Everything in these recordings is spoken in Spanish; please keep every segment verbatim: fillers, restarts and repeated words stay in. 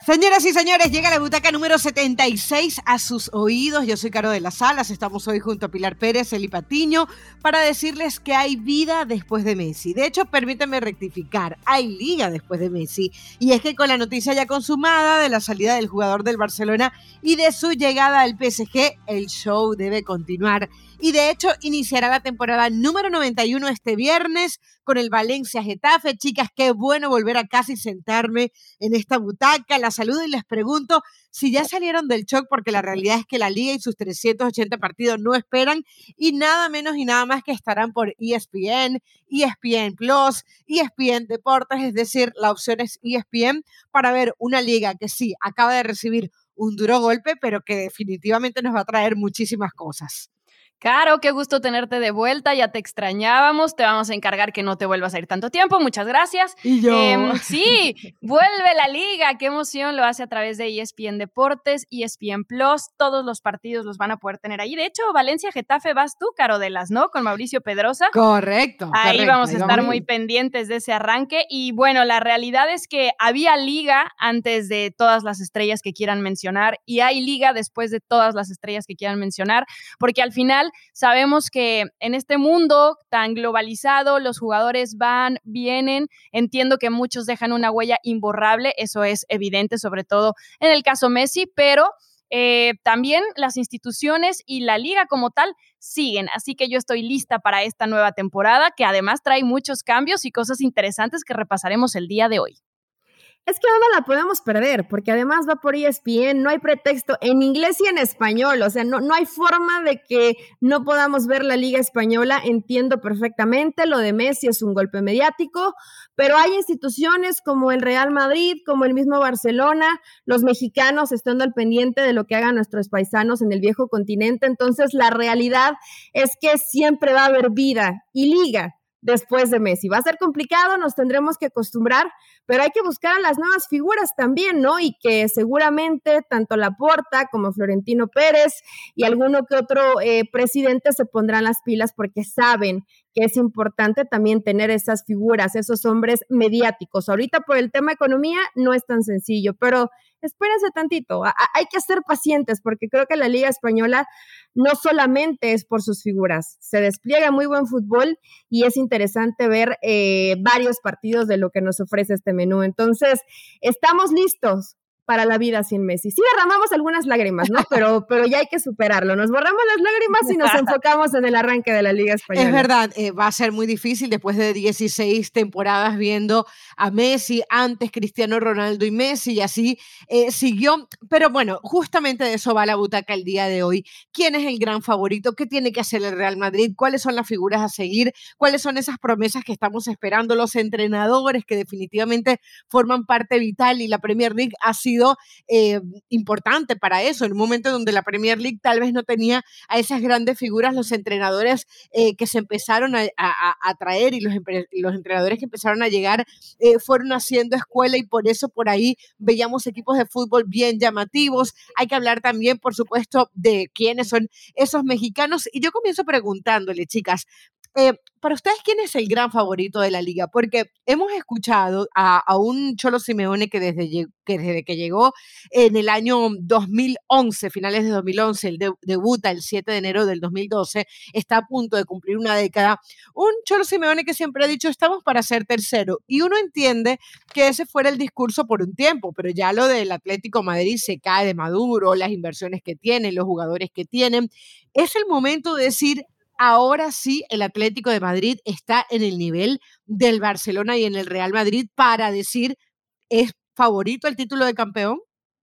Señoras y señores, llega la butaca número setenta y seis a sus oídos. Yo soy Caro de las Alas, estamos hoy junto a Pilar Pérez, Eli Patiño, para decirles que hay vida después de Messi. De hecho, permítanme rectificar, hay liga después de Messi. Y es que con la noticia ya consumada de la salida del jugador del Barcelona y de su llegada al P S G, el show debe continuar. Y de hecho, iniciará la temporada número noventa y uno este viernes con el Valencia Getafe. Chicas, qué bueno volver a casa y sentarme en esta butaca. La saludo y les pregunto si ya salieron del shock, porque la realidad es que la Liga y sus trescientos ochenta partidos no esperan, y nada menos y nada más que estarán por E S P N, E S P N Plus, E S P N Deportes, es decir, la opción es E S P N para ver una liga que sí, acaba de recibir un duro golpe, pero que definitivamente nos va a traer muchísimas cosas. Caro, qué gusto tenerte de vuelta, ya te extrañábamos, te vamos a encargar que no te vuelvas a ir tanto tiempo, muchas gracias. Y yo. Eh, sí, vuelve la liga, qué emoción, lo hace a través de E S P N Deportes, E S P N Plus, todos los partidos los van a poder tener ahí. De hecho, Valencia Getafe vas tú, Caro de las, ¿no? Con Mauricio Pedrosa. Correcto. Ahí correcto, vamos a ahí estar vamos muy pendientes de ese arranque. Y bueno, la realidad es que había liga antes de todas las estrellas que quieran mencionar y hay liga después de todas las estrellas que quieran mencionar, porque al final sabemos que en este mundo tan globalizado los jugadores van, vienen, entiendo que muchos dejan una huella imborrable, eso es evidente, sobre todo en el caso Messi, pero Eh, también las instituciones y la liga como tal siguen, así que yo estoy lista para esta nueva temporada, que además trae muchos cambios y cosas interesantes que repasaremos el día de hoy. Es que no la podemos perder, porque además va por E S P N, no hay pretexto, en inglés y en español, o sea, no, no hay forma de que no podamos ver la Liga Española. Entiendo perfectamente, lo de Messi es un golpe mediático, pero hay instituciones como el Real Madrid, como el mismo Barcelona, los mexicanos estando al pendiente de lo que hagan nuestros paisanos en el viejo continente, entonces la realidad es que siempre va a haber vida y liga después de Messi. Va a ser complicado, nos tendremos que acostumbrar, pero hay que buscar a las nuevas figuras también, ¿no? Y que seguramente tanto Laporta como Florentino Pérez y alguno que otro eh, presidente se pondrán las pilas porque saben que es importante también tener esas figuras, esos hombres mediáticos. Ahorita por el tema economía no es tan sencillo, pero espérense tantito, a- hay que ser pacientes porque creo que la Liga Española no solamente es por sus figuras, se despliega muy buen fútbol y es interesante ver eh, varios partidos de lo que nos ofrece este menú. Entonces, estamos listos para la vida sin Messi. Sí derramamos algunas lágrimas, ¿no? Pero, pero ya hay que superarlo. Nos borramos las lágrimas y nos enfocamos en el arranque de la Liga Española. Es verdad, eh, va a ser muy difícil después de dieciséis temporadas viendo a Messi, antes Cristiano Ronaldo y Messi, y así eh, siguió. Pero bueno, justamente de eso va la butaca el día de hoy. ¿Quién es el gran favorito? ¿Qué tiene que hacer el Real Madrid? ¿Cuáles son las figuras a seguir? ¿Cuáles son esas promesas que estamos esperando? Los entrenadores que definitivamente forman parte vital, y la Premier League ha sido eh, importante para eso. En un momento donde la Premier League tal vez no tenía a esas grandes figuras, los entrenadores eh, que se empezaron a, a, a traer y los, los entrenadores que empezaron a llegar eh, fueron haciendo escuela, y por eso por ahí veíamos equipos de fútbol bien llamativos. Hay que hablar también, por supuesto, de quiénes son esos mexicanos, y yo comienzo preguntándole, chicas, Eh, para ustedes, ¿quién es el gran favorito de la liga? Porque hemos escuchado a, a un Cholo Simeone que desde, que desde que llegó en el año dos mil once, finales de dos mil once, él de, debuta el siete de enero del dos mil doce, está a punto de cumplir una década, un Cholo Simeone que siempre ha dicho estamos para ser tercero, y uno entiende que ese fuera el discurso por un tiempo, pero ya lo del Atlético Madrid se cae de maduro, las inversiones que tienen, los jugadores que tienen, es el momento de decir: ahora sí, el Atlético de Madrid está en el nivel del Barcelona y en el Real Madrid para decir, ¿es favorito al título de campeón?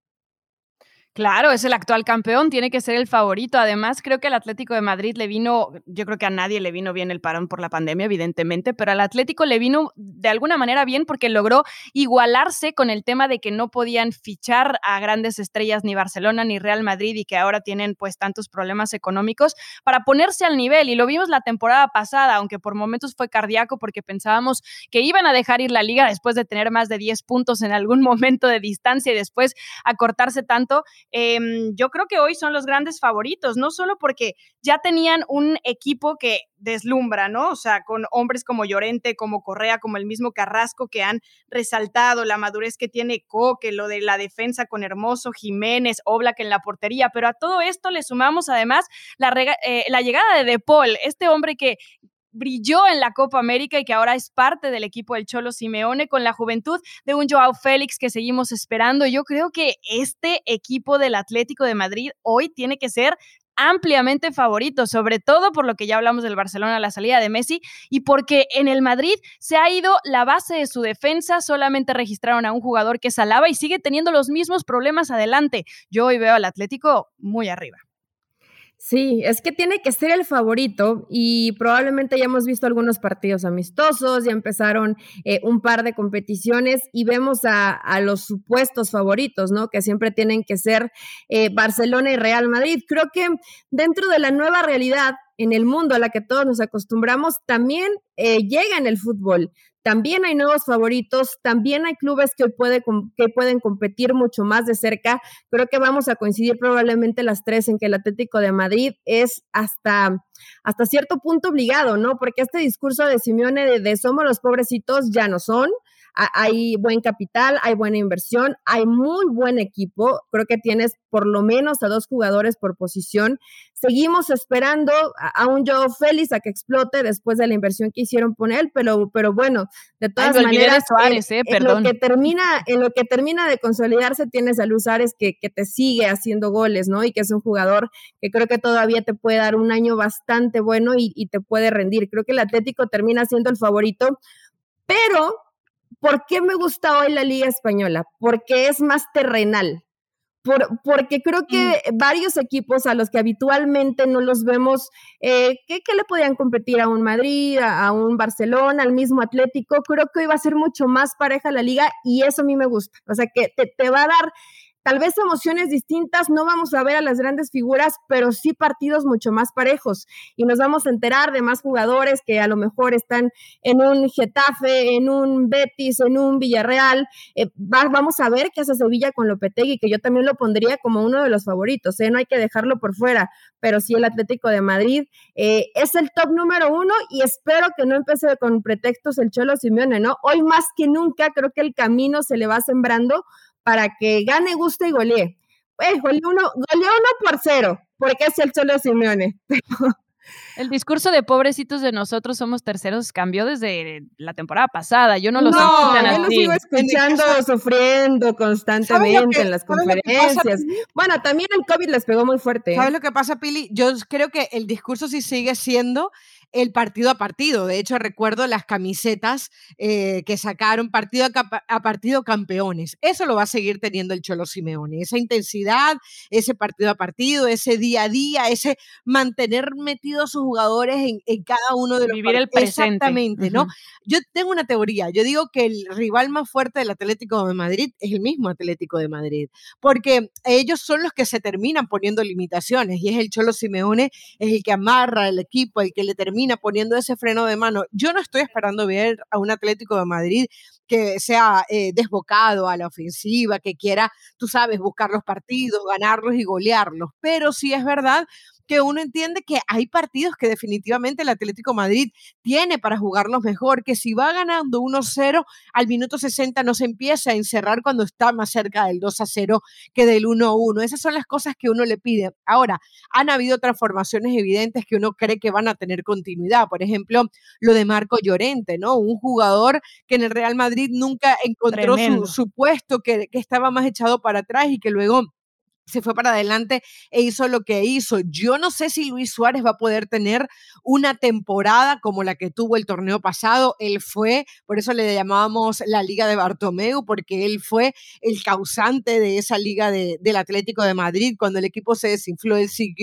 Claro, es el actual campeón, tiene que ser el favorito. Además, creo que al Atlético de Madrid le vino, yo creo que a nadie le vino bien el parón por la pandemia, evidentemente, pero al Atlético le vino de alguna manera bien porque logró igualarse con el tema de que no podían fichar a grandes estrellas ni Barcelona ni Real Madrid y que ahora tienen pues tantos problemas económicos para ponerse al nivel. Y lo vimos la temporada pasada, aunque por momentos fue cardíaco porque pensábamos que iban a dejar ir la liga después de tener más de diez puntos en algún momento de distancia y después acortarse tanto. eh, yo creo que hoy son los grandes favoritos, no solo porque ya tenían un equipo que deslumbra, ¿no? O sea, con hombres como Llorente, como Correa, como el mismo Carrasco, que han resaltado la madurez que tiene Coque, lo de la defensa con Hermoso, Jiménez, Oblak en la portería, pero a todo esto le sumamos además la, rega- eh, la llegada de De Paul, este hombre que brilló en la Copa América y que ahora es parte del equipo del Cholo Simeone, con la juventud de un Joao Félix que seguimos esperando. Yo creo que este equipo del Atlético de Madrid hoy tiene que ser ampliamente favorito, sobre todo por lo que ya hablamos del Barcelona, la salida de Messi, y porque en el Madrid se ha ido la base de su defensa, solamente registraron a un jugador que es Alaba y sigue teniendo los mismos problemas adelante. Yo hoy veo al Atlético muy arriba. Sí, es que tiene que ser el favorito y probablemente ya hemos visto algunos partidos amistosos, ya empezaron eh, un par de competiciones y vemos a, a los supuestos favoritos, ¿no? Que siempre tienen que ser eh, Barcelona y Real Madrid. Creo que dentro de la nueva realidad en el mundo a la que todos nos acostumbramos, también eh, llega en el fútbol. También hay nuevos favoritos, también hay clubes que, puede, que pueden competir mucho más de cerca. Creo que vamos a coincidir probablemente las tres en que el Atlético de Madrid es hasta, hasta cierto punto obligado, ¿no? Porque este discurso de Simeone de, de somos los pobrecitos ya no son. Hay buen capital, hay buena inversión, hay muy buen equipo. Creo que tienes por lo menos a dos jugadores por posición. Seguimos esperando a, a un Joao Félix a que explote después de la inversión que hicieron con él, pero, pero bueno, de todas Ay, maneras, de Suárez, eh, en, lo que termina, en lo que termina de consolidarse tienes a Luis Suárez que, que te sigue haciendo goles, ¿no? Y que es un jugador que creo que todavía te puede dar un año bastante bueno y, y te puede rendir. Creo que el Atlético termina siendo el favorito, pero ¿por qué me gusta hoy la Liga Española? Porque es más terrenal. Por, porque creo que mm. varios equipos a los que habitualmente no los vemos, eh, ¿qué, ¿qué le podían competir a un Madrid, a, a un Barcelona, al mismo Atlético? Creo que hoy va a ser mucho más pareja la liga y eso a mí me gusta. O sea, que te, te va a dar tal vez emociones distintas, no vamos a ver a las grandes figuras, pero sí partidos mucho más parejos y nos vamos a enterar de más jugadores que a lo mejor están en un Getafe, en un Betis, en un Villarreal. Eh, va, vamos a ver qué hace Sevilla con Lopetegui, que yo también lo pondría como uno de los favoritos, ¿eh? No hay que dejarlo por fuera, pero sí el Atlético de Madrid eh, es el top número uno y espero que no empiece con pretextos el Cholo Simeone, ¿no? Hoy más que nunca creo que el camino se le va sembrando para que gane, guste y golee. Eh, goleó uno, goleó uno por cero, porque es el Cholo Simeone. El discurso de pobrecitos de nosotros somos terceros cambió desde la temporada pasada. Yo no lo no, sentí tan yo así. lo sigo escuchando sufriendo constantemente que, en las conferencias. Bueno, también el COVID les pegó muy fuerte. ¿Sabes lo que pasa, Pili? Yo creo que el discurso sí sigue siendo el partido a partido. De hecho, recuerdo las camisetas eh, que sacaron partido a, a partido campeones. Eso lo va a seguir teniendo el Cholo Simeone. Esa intensidad, ese partido a partido, ese día a día, ese mantener metidos a sus jugadores en, en cada uno de los Vivir el presente. Exactamente, ¿no? Uh-huh. Yo tengo una teoría. Yo digo que el rival más fuerte del Atlético de Madrid es el mismo Atlético de Madrid, porque ellos son los que se terminan poniendo limitaciones y es el Cholo Simeone, es el que amarra al equipo, el que le termina poniendo ese freno de mano. Yo no estoy esperando ver a un Atlético de Madrid que sea eh, desbocado a la ofensiva, que quiera, tú sabes, buscar los partidos, ganarlos y golearlos, pero sí es verdad que uno entiende que hay partidos que definitivamente el Atlético de Madrid tiene para jugarlos mejor, que si va ganando uno cero, al minuto sesenta no se empieza a encerrar cuando está más cerca del dos a cero que del uno a uno. Esas son las cosas que uno le pide. Ahora, han habido transformaciones evidentes que uno cree que van a tener continuidad. Por ejemplo, lo de Marco Llorente, ¿no? Un jugador que en el Real Madrid nunca encontró su, su puesto, que, que estaba más echado para atrás y que luego se fue para adelante e hizo lo que hizo. Yo no sé si Luis Suárez va a poder tener una temporada como la que tuvo el torneo pasado. Él fue, por eso le llamábamos la Liga de Bartomeu, porque él fue el causante de esa Liga de, del Atlético de Madrid. Cuando el equipo se desinfló, él siguió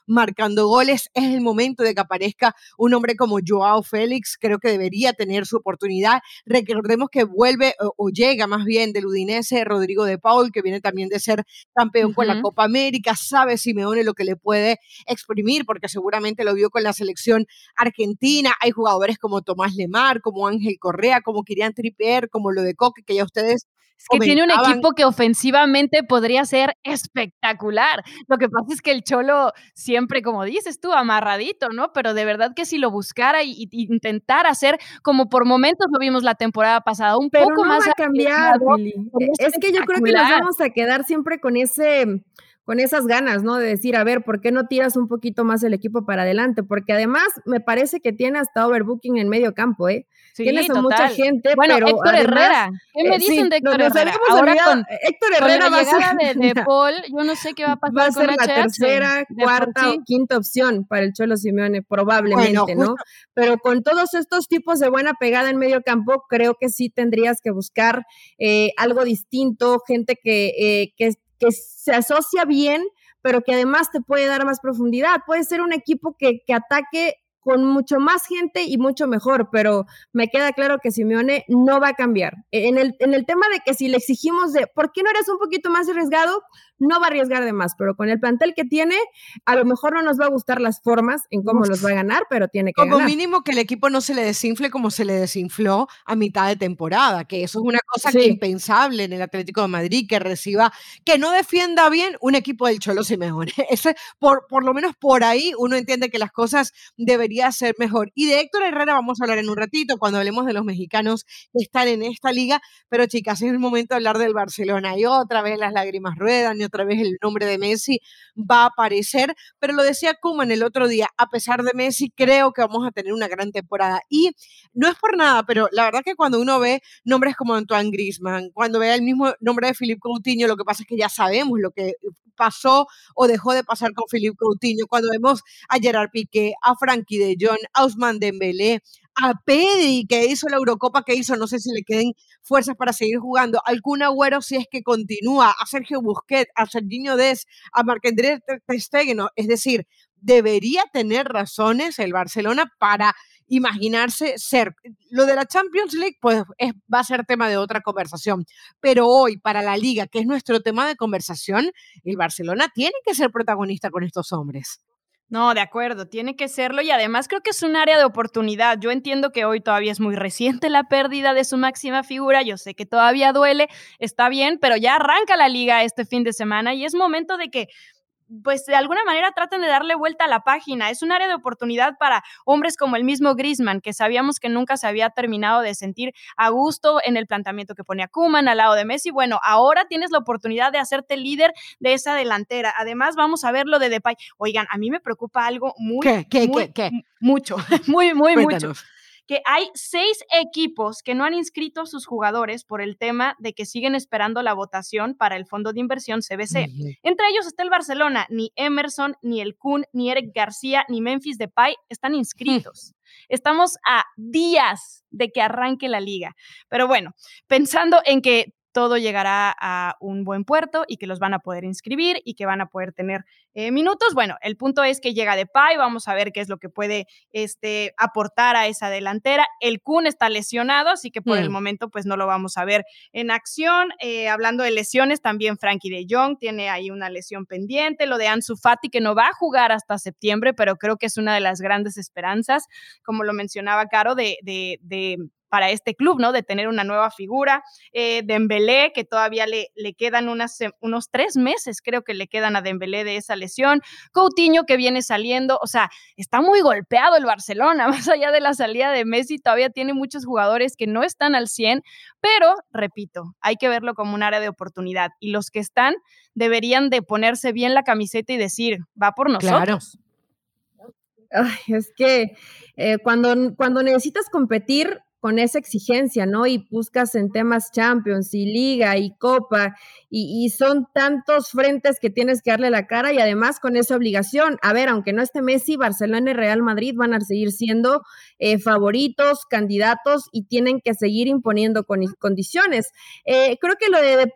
marcando goles. Es el momento de que aparezca un hombre como Joao Félix, creo que debería tener su oportunidad. Recordemos que vuelve o, o llega más bien del Udinese Rodrigo de Paul, que viene también de ser campeón uh-huh. con la Copa América. Sabe Simeone lo que le puede exprimir, porque seguramente lo vio con la selección argentina. Hay jugadores como Tomás Lemar, como Ángel Correa, como Kylian Trippier, como lo de Coque, que ya ustedes es que tiene un equipo que ofensivamente podría ser espectacular. Lo que pasa es que el Cholo siempre, como dices tú, amarradito, ¿no? Pero de verdad que si lo buscara y, y intentara hacer como por momentos lo vimos la temporada pasada, un Pero poco no más va a cambiar, Pili. Es que yo creo que nos vamos a quedar siempre con ese... con esas ganas, ¿no? De decir, a ver, ¿por qué no tiras un poquito más el equipo para adelante? Porque además me parece que tiene hasta overbooking en medio campo, ¿eh? Sí, Tienes a total. mucha gente, bueno, pero Héctor además, Herrera, ¿qué me eh, dicen sí, de Héctor nos Herrera? Ahora olvidado, con Héctor Herrera con la va llegada a ser, de, de Paul, yo no sé qué va a pasar va a ser con la H H, tercera, cuarta sí. o quinta opción para el Cholo Simeone, probablemente, bueno, ¿no? Pero con todos estos tipos de buena pegada en medio campo, creo que sí tendrías que buscar eh, algo distinto, gente que, eh, que, que se asocia bien, pero que además te puede dar más profundidad. Puede ser un equipo que, que ataque con mucho más gente y mucho mejor, pero me queda claro que Simeone no va a cambiar. En el, en el tema de que si le exigimos de, ¿por qué no eres un poquito más arriesgado? No va a arriesgar de más, pero con el plantel que tiene, a lo mejor no nos va a gustar las formas en cómo Uf. los va a ganar, pero tiene que Como ganar. mínimo que el equipo no se le desinfle como se le desinfló a mitad de temporada, que eso es una cosa sí. que impensable en el Atlético de Madrid, que reciba, que no defienda bien un equipo del Cholo Simeone. Ese, por, por lo menos por ahí uno entiende que las cosas deberían ser mejor. Y de Héctor Herrera vamos a hablar en un ratito, cuando hablemos de los mexicanos que están en esta liga, pero chicas, es el momento de hablar del Barcelona, y otra vez las lágrimas ruedan, y otra vez el nombre de Messi va a aparecer, pero lo decía Koeman el otro día, a pesar de Messi, creo que vamos a tener una gran temporada. Y no es por nada, pero la verdad que cuando uno ve nombres como Antoine Griezmann, cuando ve el mismo nombre de Philippe Coutinho, lo que pasa es que ya sabemos lo que pasó o dejó de pasar con Philippe Coutinho, cuando vemos a Gerard Piqué, a Frankie de Jong, a Ousmane Dembélé, a Pedri, que hizo la Eurocopa que hizo, no sé si le queden fuerzas para seguir jugando, al Kun Agüero si es que continúa, a Sergio Busquets, a Serginho Dest, a Marc-André ter Stegen, es decir, debería tener razones el Barcelona para imaginarse ser. Lo de la Champions League, pues es, va a ser tema de otra conversación, pero hoy para la Liga, que es nuestro tema de conversación, el Barcelona tiene que ser protagonista con estos hombres. No, de acuerdo, tiene que serlo y además creo que es un área de oportunidad. Yo entiendo que hoy todavía es muy reciente la pérdida de su máxima figura, yo sé que todavía duele, está bien, pero ya arranca la liga este fin de semana y es momento de que pues de alguna manera traten de darle vuelta a la página. Es un área de oportunidad para hombres como el mismo Griezmann, que sabíamos que nunca se había terminado de sentir a gusto en el planteamiento que ponía Koeman al lado de Messi. Bueno, ahora tienes la oportunidad de hacerte líder de esa delantera. Además, vamos a ver lo de Depay. Oigan, a mí me preocupa algo muy, ¿Qué, qué, muy, qué, qué? mucho, muy, muy, Cuéntanos. mucho. Que hay seis equipos que no han inscrito a sus jugadores por el tema de que siguen esperando la votación para el fondo de inversión C B C. Uh-huh. Entre ellos está el Barcelona. Ni Emerson, ni el Kun, ni Eric García, ni Memphis Depay están inscritos. Uh-huh. Estamos a días de que arranque la liga. Pero bueno, pensando en que todo llegará a un buen puerto y que los van a poder inscribir y que van a poder tener eh, minutos. Bueno, el punto es que llega Depay, vamos a ver qué es lo que puede este, aportar a esa delantera. El Kun está lesionado, así que por mm. el momento pues no lo vamos a ver en acción. Eh, hablando de lesiones, también Frankie de Jong tiene ahí una lesión pendiente, lo de Ansu Fati que no va a jugar hasta septiembre, pero creo que es una de las grandes esperanzas, como lo mencionaba Caro, de, de, de para este club, ¿no? De tener una nueva figura. Eh, Dembélé, que todavía le, le quedan unas, unos tres meses, creo que le quedan a Dembélé de esa lesión. Coutinho, que viene saliendo. O sea, está muy golpeado el Barcelona. Más allá de la salida de Messi, todavía tiene muchos jugadores que no están al cien, pero, repito, hay que verlo como un área de oportunidad. Y los que están deberían de ponerse bien la camiseta y decir, va por nosotros. Claro. Ay, es que eh, cuando, cuando necesitas competir con esa exigencia, ¿no? Y buscas en temas Champions y Liga y Copa y, y son tantos frentes que tienes que darle la cara y además con esa obligación. A ver, aunque no esté Messi, Barcelona y Real Madrid van a seguir siendo eh, favoritos, candidatos y tienen que seguir imponiendo con, condiciones. Eh, creo que lo de Depay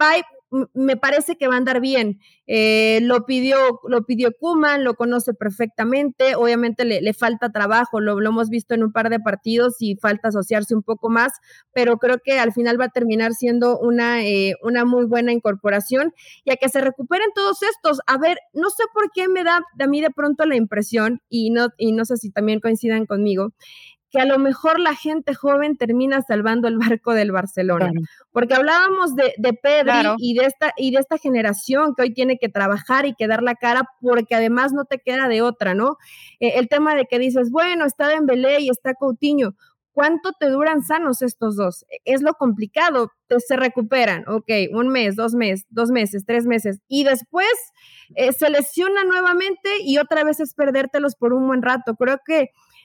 me parece que va a andar bien. Eh, lo pidió, lo pidió Koeman, lo conoce perfectamente, obviamente le, le falta trabajo, lo, lo hemos visto en un par de partidos y falta asociarse un poco más, pero creo que al final va a terminar siendo una, eh, una muy buena incorporación, y a que se recuperen todos estos. A ver, no sé por qué me da a mí de pronto la impresión, y no, y no sé si también coincidan conmigo, que a lo mejor la gente joven termina salvando el barco del Barcelona. Claro. Porque hablábamos de, de Pedri, claro, y, de esta, y de esta generación que hoy tiene que trabajar y que dar la cara, porque además no te queda de otra, ¿no? Eh, el tema de que dices, bueno, está Dembélé y está Coutinho, ¿cuánto te duran sanos estos dos? Es lo complicado, te, se recuperan, ok, un mes, dos meses, dos meses, tres meses, y después eh, se lesiona nuevamente y otra vez es perdértelos por un buen rato. Creo que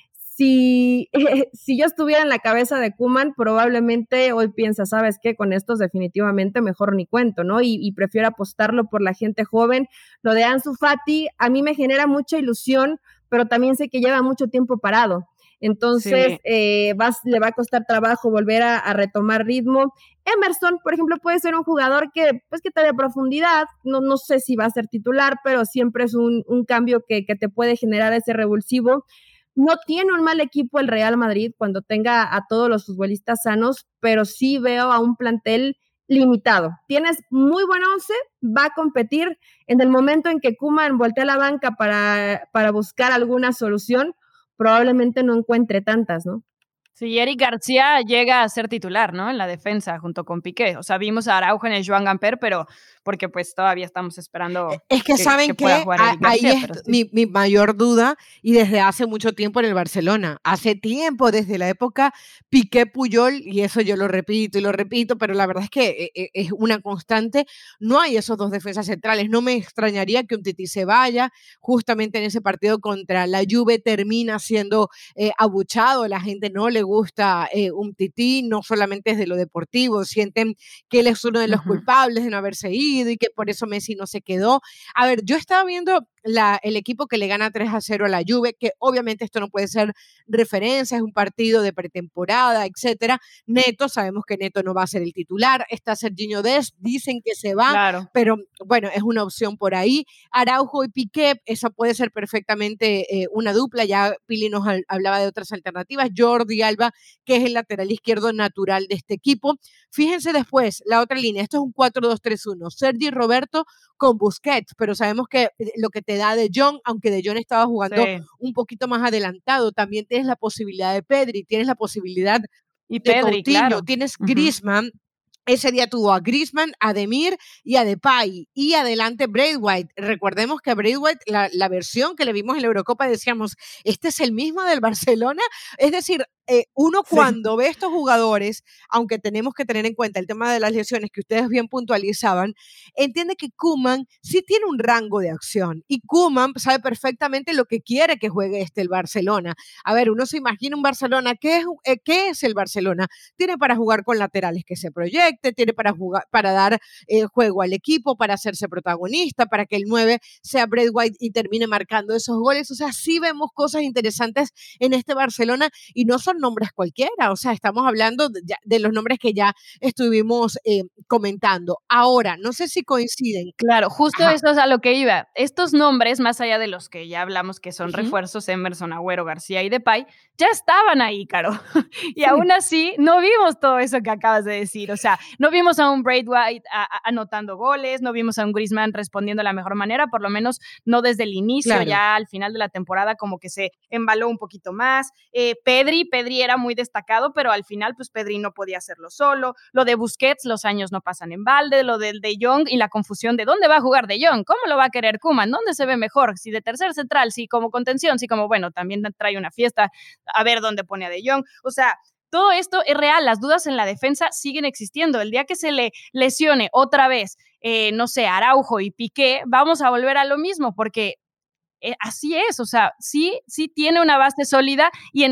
Si, eh, si yo estuviera en la cabeza de Koeman, probablemente hoy piensa, ¿sabes qué? Con estos definitivamente mejor ni cuento, ¿no? Y, y prefiero apostarlo por la gente joven. Lo de Ansu Fati a mí me genera mucha ilusión, pero también sé que lleva mucho tiempo parado. Entonces, sí. eh, vas, le va a costar trabajo volver a, a retomar ritmo. Emerson, por ejemplo, puede ser un jugador que, pues, que te dé profundidad. No, no sé si va a ser titular, pero siempre es un, un cambio que, que te puede generar ese revulsivo. No tiene un mal equipo el Real Madrid cuando tenga a todos los futbolistas sanos, pero sí veo a un plantel limitado. Tienes muy buen once, va a competir. En el momento en que Koeman voltea a la banca para, para buscar alguna solución, probablemente no encuentre tantas, ¿no? Sí, Eric García llega a ser titular, ¿no? En la defensa junto con Piqué. O sea, vimos a Araujo en el Joan Gamper, pero porque pues todavía estamos esperando es que, que saben que, pueda jugar Eric García, ahí es sí. mi, mi mayor duda, y desde hace mucho tiempo en el Barcelona. Hace tiempo, desde la época Piqué Puyol, y eso yo lo repito y lo repito, pero la verdad es que es una constante. No hay esos dos defensas centrales. No me extrañaría que Umtiti se vaya. Justamente en ese partido contra la Juve termina siendo eh, abuchado. La gente no le gusta eh, Umtiti, no solamente desde lo deportivo, sienten que él es uno de los uh-huh. culpables de no haberse ido y que por eso Messi no se quedó. A ver, yo estaba viendo la, el equipo que le gana tres a cero a la Juve, que obviamente esto no puede ser referencia, es un partido de pretemporada, etcétera. Neto, sabemos que Neto no va a ser el titular, está Serginho Dest, dicen que se va, claro. pero bueno, es una opción por ahí. Araujo y Piqué, esa puede ser perfectamente eh, una dupla, ya Pili nos al, hablaba de otras alternativas. Jordi Alba, que es el lateral izquierdo natural de este equipo. Fíjense después, la otra línea, esto es un cuatro dos tres uno, Sergi Roberto con Busquets, pero sabemos que lo que te da De Jong, aunque De Jong estaba jugando sí. un poquito más adelantado, también tienes la posibilidad de Pedri, tienes la posibilidad y de Pedri, Coutinho, claro. tienes uh-huh. Griezmann. Ese día tuvo a Griezmann, a Demir y a Depay, y adelante Braithwaite. Recordemos que a Braithwaite, la, la versión que le vimos en la Eurocopa, decíamos, ¿este es el mismo del Barcelona? Es decir, eh, uno cuando sí. ve estos jugadores, aunque tenemos que tener en cuenta el tema de las lesiones que ustedes bien puntualizaban, entiende que Koeman sí tiene un rango de acción, y Koeman sabe perfectamente lo que quiere que juegue este el Barcelona. A ver, uno se imagina un Barcelona, ¿qué es, eh, qué es el Barcelona? Tiene para jugar con laterales que se proyecten, tiene para jugar, para dar eh, juego al equipo, para hacerse protagonista, para que el nueve sea Braithwaite y termine marcando esos goles. O sea, sí vemos cosas interesantes en este Barcelona, y no son nombres cualquiera. O sea, estamos hablando de, de los nombres que ya estuvimos eh, comentando. Ahora, no sé si coinciden. Claro, justo Ajá. eso es a lo que iba. Estos nombres, más allá de los que ya hablamos que son uh-huh. refuerzos, Emerson, Agüero, García y Depay, ya estaban ahí, Caro. Y sí. aún así no vimos todo eso que acabas de decir. O sea, no vimos a un Braithwaite a, a, anotando goles, no vimos a un Griezmann respondiendo de la mejor manera, por lo menos no desde el inicio, claro. ya al final de la temporada como que se embaló un poquito más. Eh, Pedri, Pedri era muy destacado, pero al final pues Pedri no podía hacerlo solo. Lo de Busquets, los años no pasan en balde, lo del De Jong y la confusión de dónde va a jugar De Jong, cómo lo va a querer Koeman, dónde se ve mejor, si de tercer central, si como contención, si como, bueno, también trae una fiesta, a ver dónde pone a De Jong. O sea, todo esto es real, las dudas en la defensa siguen existiendo. El día que se le lesione otra vez, eh, no sé, Araujo y Piqué, vamos a volver a lo mismo, porque eh, así es, o sea, sí, sí tiene una base sólida, y en el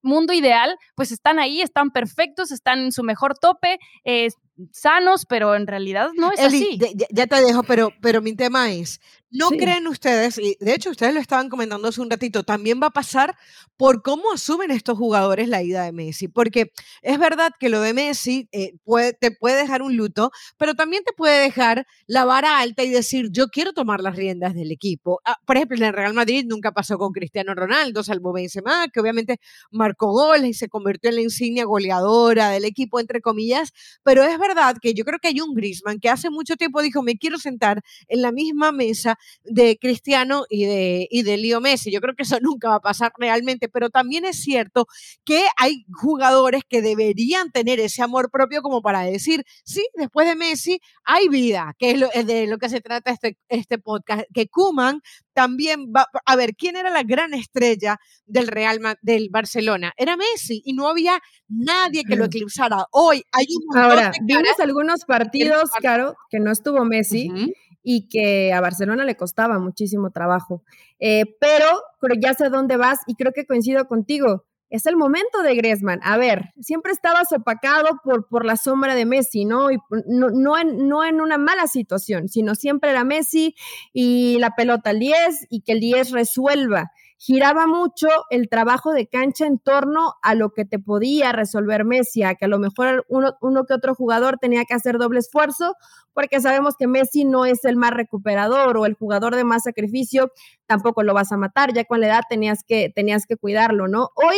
mundo ideal, pues están ahí, están perfectos, están en su mejor tope, eh, sanos, pero en realidad no es Eli, así. de- ya, ya te dejo, pero, pero mi tema es, ¿no Sí. creen ustedes, y de hecho ustedes lo estaban comentando hace un ratito, también va a pasar por cómo asumen estos jugadores la ida de Messi? Porque es verdad que lo de Messi eh, puede, te puede dejar un luto, pero también te puede dejar la vara alta y decir, yo quiero tomar las riendas del equipo. Ah, por ejemplo, en el Real Madrid nunca pasó con Cristiano Ronaldo, salvo Benzema, que obviamente marcó goles y se convirtió en la insignia goleadora del equipo, entre comillas, pero es verdad que yo creo que hay un Griezmann que hace mucho tiempo dijo, me quiero sentar en la misma mesa de Cristiano y de, y de Leo Messi. Yo creo que eso nunca va a pasar realmente, pero también es cierto que hay jugadores que deberían tener ese amor propio como para decir, sí, después de Messi hay vida, que es, lo, es de lo que se trata este, este podcast, que Koeman también va, a ver, ¿quién era la gran estrella del Real del Barcelona? Era Messi y no había nadie que lo eclipsara. Hoy hay un montón Ahora, de vimos caras algunos partidos, Caro, que no estuvo Messi uh-huh. y que a Barcelona le costaba muchísimo trabajo. Eh, pero, pero ya sé dónde vas y creo que coincido contigo. Es el momento de Griezmann. A ver, siempre estabas opacado por, por la sombra de Messi, ¿no? Y no, no, en, no en una mala situación, sino siempre era Messi y la pelota al diez y que el diez resuelva. Giraba mucho el trabajo de cancha en torno a lo que te podía resolver Messi, a que a lo mejor uno, uno que otro jugador tenía que hacer doble esfuerzo, porque sabemos que Messi no es el más recuperador o el jugador de más sacrificio, tampoco lo vas a matar, ya con la edad tenías que, tenías que cuidarlo, ¿no? Hoy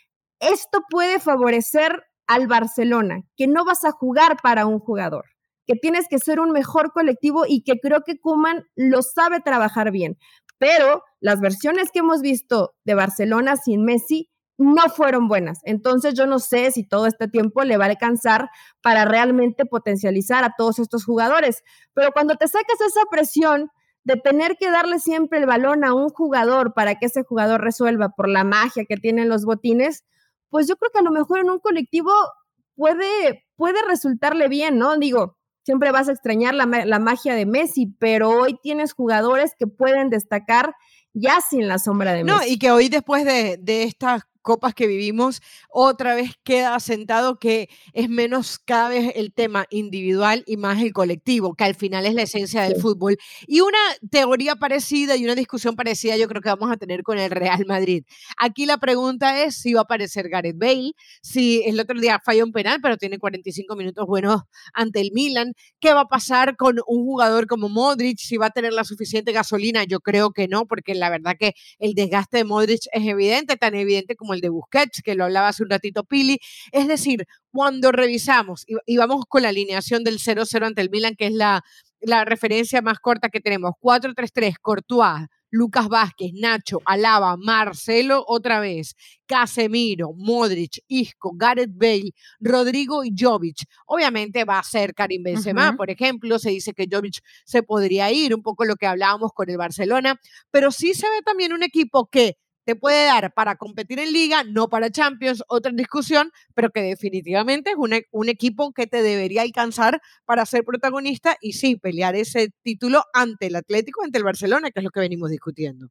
esto puede favorecer al Barcelona, que no vas a jugar para un jugador, que tienes que ser un mejor colectivo y que creo que Koeman lo sabe trabajar bien. Pero las versiones que hemos visto de Barcelona sin Messi no fueron buenas. Entonces yo no sé si todo este tiempo le va a alcanzar para realmente potencializar a todos estos jugadores. Pero cuando te sacas esa presión de tener que darle siempre el balón a un jugador para que ese jugador resuelva por la magia que tienen los botines, pues yo creo que a lo mejor en un colectivo puede, puede resultarle bien, ¿no? Digo, siempre vas a extrañar la, la magia de Messi, pero hoy tienes jugadores que pueden destacar ya sin la sombra de no, Messi. Y que hoy después de, de estas copas que vivimos, otra vez queda asentado que es menos cada vez el tema individual y más el colectivo, que al final es la esencia del sí. fútbol. Y una teoría parecida y una discusión parecida yo creo que vamos a tener con el Real Madrid. Aquí la pregunta es si va a aparecer Gareth Bale, si el otro día falló un penal, pero tiene cuarenta y cinco minutos buenos ante el Milan. ¿Qué va a pasar con un jugador como Modric? Si va a tener la suficiente gasolina, yo creo que no, porque la verdad que el desgaste de Modric es evidente, tan evidente como el de Busquets, que lo hablaba hace un ratito Pili. Es decir, cuando revisamos y, y vamos con la alineación del cero cero ante el Milan, que es la, la referencia más corta que tenemos, cuatro tres tres, Courtois, Lucas Vázquez, Nacho, Alaba, Marcelo otra vez, Casemiro, Modric, Isco, Gareth Bale, Rodrigo y Jovic. Obviamente va a ser Karim Benzema, uh-huh. por ejemplo, se dice que Jovic se podría ir, un poco lo que hablábamos con el Barcelona, pero sí se ve también un equipo que te puede dar para competir en Liga, no para Champions, otra discusión, pero que definitivamente es un, un equipo que te debería alcanzar para ser protagonista y sí, pelear ese título ante el Atlético, ante el Barcelona, que es lo que venimos discutiendo.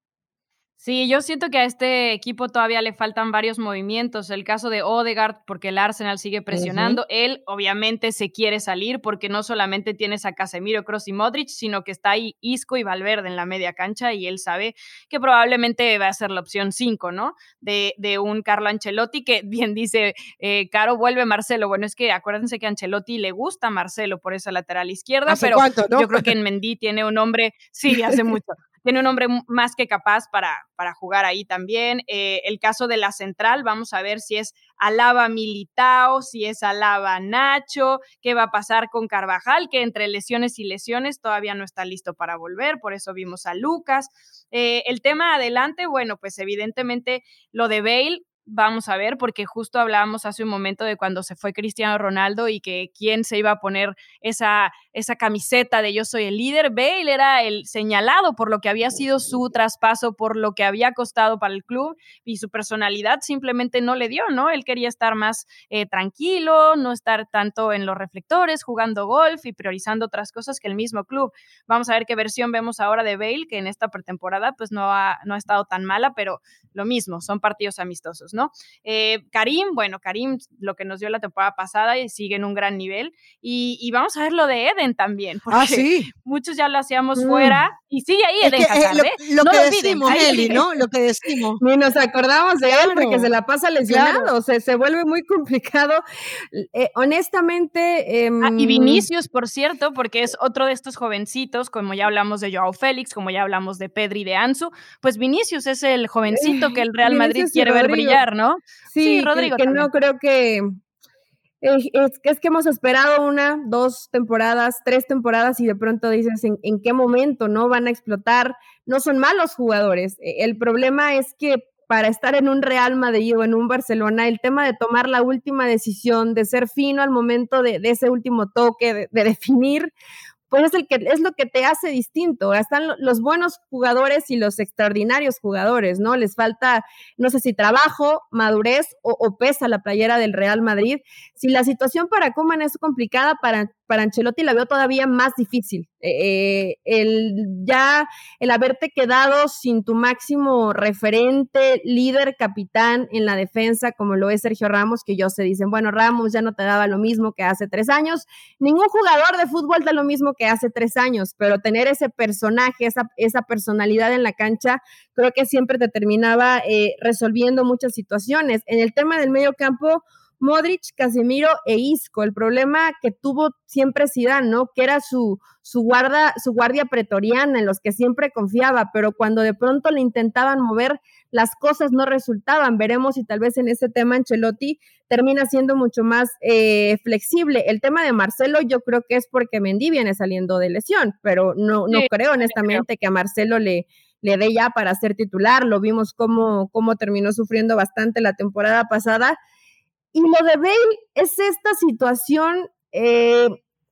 Sí, yo siento que a este equipo todavía le faltan varios movimientos. El caso de Odegaard, porque el Arsenal sigue presionando. Uh-huh. Él, obviamente, se quiere salir porque no solamente tienes a Casemiro, Kroos y Modric, sino que está ahí Isco y Valverde en la media cancha y él sabe que probablemente va a ser la opción cinco, ¿no? De, de un Carlo Ancelotti que bien dice, eh, Caro, vuelve Marcelo. Bueno, es que acuérdense que a Ancelotti le gusta Marcelo por esa lateral izquierda, ¿Hace pero cuánto, no? Yo creo que en Mendy tiene un hombre, sí, hace mucho. Tiene un hombre más que capaz para, para jugar ahí también. Eh, el caso de la central, vamos a ver si es Alaba Militao, si es Alaba Nacho, qué va a pasar con Carvajal, que entre lesiones y lesiones todavía no está listo para volver, por eso vimos a Lucas. Eh, el tema adelante, bueno, pues evidentemente lo de Bale, vamos a ver, porque justo hablábamos hace un momento de cuando se fue Cristiano Ronaldo y que quién se iba a poner esa, esa camiseta de yo soy el líder. Bale era el señalado por lo que había sido su traspaso, por lo que había costado para el club y su personalidad simplemente no le dio, ¿no? Él quería estar más eh, tranquilo, no estar tanto en los reflectores, jugando golf y priorizando otras cosas que el mismo club. Vamos a ver qué versión vemos ahora de Bale, que en esta pretemporada pues no ha, no ha estado tan mala, pero lo mismo, son partidos amistosos, ¿no? ¿no? Eh, Karim, bueno, Karim, lo que nos dio la temporada pasada y sigue en un gran nivel. Y, y vamos a ver lo de Eden también, porque ah, sí. muchos ya lo hacíamos Mm. fuera y sigue ahí Es Eden que eh, Hazard, lo, ¿eh? lo No que lo olviden, decimos, ahí Eli, sigue. ¿no? Lo que decimos. Ni nos acordamos de Claro, él porque se la pasa lesionado, claro. se, se vuelve muy complicado. Eh, honestamente... Ah, y em, Vinicius, por cierto, porque es otro de estos jovencitos, como ya hablamos de Joao Félix, como ya hablamos de Pedri, de Ansu, pues Vinicius es el jovencito que el Real Madrid Vinicius y quiere ver Rodrigo. brillar, ¿no? Sí, Sí, que, Rodrigo que también. no creo que... eh, Es, es que hemos esperado una, dos temporadas, tres temporadas y de pronto dices en, en qué momento no van a explotar. No son malos jugadores. Eh, El problema es que para estar en un Real Madrid o en un Barcelona, el tema de tomar la última decisión, de ser fino al momento de, de ese último toque, de, de definir, pues es, el que, es lo que te hace distinto. Están los buenos jugadores y los extraordinarios jugadores, ¿no? Les falta, no sé si trabajo, madurez o, o pesa la playera del Real Madrid. Si la situación para Koeman es complicada, para, para Ancelotti la veo todavía más difícil. Eh, el, ya el haberte quedado sin tu máximo referente, líder, capitán en la defensa, como lo es Sergio Ramos, que yo se dicen, bueno, Ramos ya no te daba lo mismo que hace tres años. Ningún jugador de fútbol da lo mismo que hace tres años, pero tener ese personaje, esa, esa personalidad en la cancha, creo que siempre te terminaba eh, resolviendo muchas situaciones. En el tema del medio campo, Modric, Casemiro e Isco. El problema que tuvo siempre Zidane, ¿no? Que era su, su, guarda, su guardia pretoriana en los que siempre confiaba, pero cuando de pronto le intentaban mover, las cosas no resultaban. Veremos si tal vez en ese tema Ancelotti termina siendo mucho más eh, flexible. El tema de Marcelo yo creo que es porque Mendy viene saliendo de lesión, pero no, no Sí, creo honestamente creo. que a Marcelo le, le dé ya para ser titular. Lo vimos cómo, cómo terminó sufriendo bastante la temporada pasada. Y lo de Bale es esta situación, eh,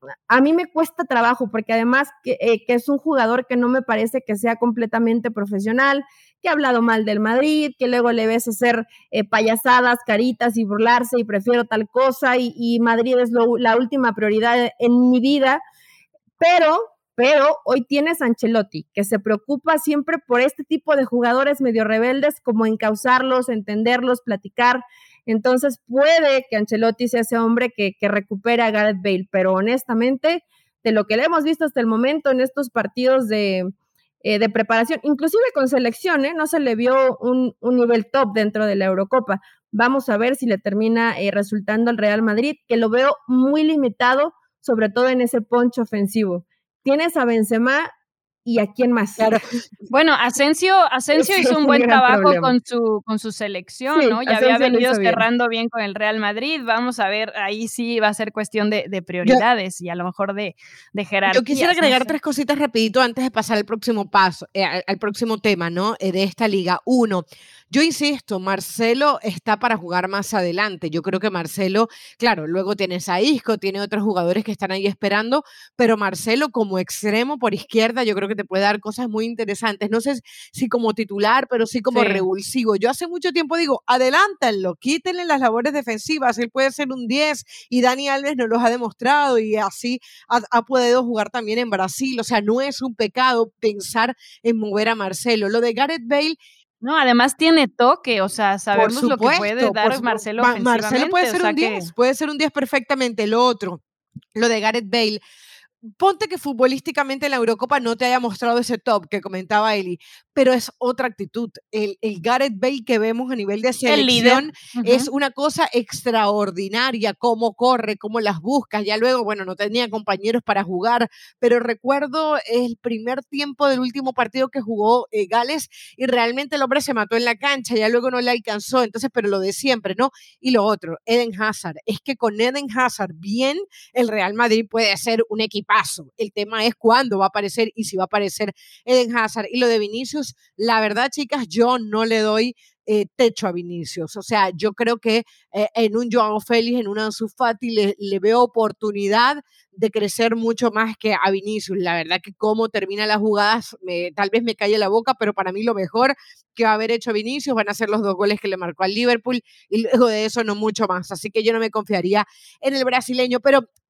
a mí me cuesta trabajo, porque además que, eh, que es un jugador que no me parece que sea completamente profesional, que ha hablado mal del Madrid, que luego le ves hacer eh, payasadas, caritas y burlarse y prefiero tal cosa, y, y Madrid es lo, la última prioridad en mi vida, pero... Pero hoy tienes a Ancelotti, que se preocupa siempre por este tipo de jugadores medio rebeldes, como encauzarlos, entenderlos, platicar. Entonces puede que Ancelotti sea ese hombre que, que recupere a Gareth Bale, pero honestamente, de lo que le hemos visto hasta el momento en estos partidos de, eh, de preparación, inclusive con selección, ¿eh? No se le vio un, un nivel top dentro de la Eurocopa. Vamos a ver si le termina eh, resultando al Real Madrid, que lo veo muy limitado, sobre todo en ese punch ofensivo. Tienes a Benzema y a quién más. Claro. Bueno, Asensio, Asensio hizo un buen un trabajo con su, con su selección, sí, ¿no? Ya Asensio había venido cerrando bien. bien con el Real Madrid. Vamos a ver, ahí sí va a ser cuestión de, de prioridades yo, y a lo mejor de, de jerarquía. Yo quisiera agregar no sé. tres cositas rapidito antes de pasar al próximo paso, eh, al, al próximo tema, ¿no? Eh, de esta liga. Uno, yo insisto, Marcelo está para jugar más adelante. Yo creo que Marcelo, claro, luego tienes a Isco, tiene otros jugadores que están ahí esperando, pero Marcelo como extremo por izquierda, yo creo que te puede dar cosas muy interesantes. No sé si como titular, pero sí como sí. revulsivo. Yo hace mucho tiempo digo, adelántenlo, quítenle las labores defensivas, él puede ser un diez y Dani Alves nos los ha demostrado y así ha, ha podido jugar también en Brasil. O sea, no es un pecado pensar en mover a Marcelo. Lo de Gareth Bale, no, además tiene toque, o sea, sabemos supuesto, lo que puede dar Marcelo Ma Marcelo puede ser o sea un diez, que... puede ser un diez perfectamente. Lo otro, lo de Gareth Bale, ponte que futbolísticamente en la Eurocopa no te haya mostrado ese top que comentaba Eli, pero es otra actitud. El, el Gareth Bale que vemos a nivel de selección uh-huh. es una cosa extraordinaria, cómo corre, cómo las busca. Ya luego, bueno, no tenía compañeros para jugar, pero recuerdo el primer tiempo del último partido que jugó eh, Gales y realmente el hombre se mató en la cancha, ya luego no le alcanzó, entonces, pero lo de siempre, ¿no? Y lo otro, Eden Hazard. Es que con Eden Hazard bien, el Real Madrid puede ser un equipo. Paso. El tema es cuándo va a aparecer y si va a aparecer Eden Hazard. Y lo de Vinicius, la verdad, chicas, yo no le doy eh, techo a Vinicius. O sea, yo creo que eh, en un Joao Félix, en un Ansu Fati, le, le veo oportunidad de crecer mucho más que a Vinicius. La verdad que cómo termina las jugadas, me, tal vez me calle la boca, pero para mí lo mejor que va a haber hecho Vinicius van a ser los dos goles que le marcó al Liverpool y luego de eso no mucho más. Así que yo no me confiaría en el brasileño, pero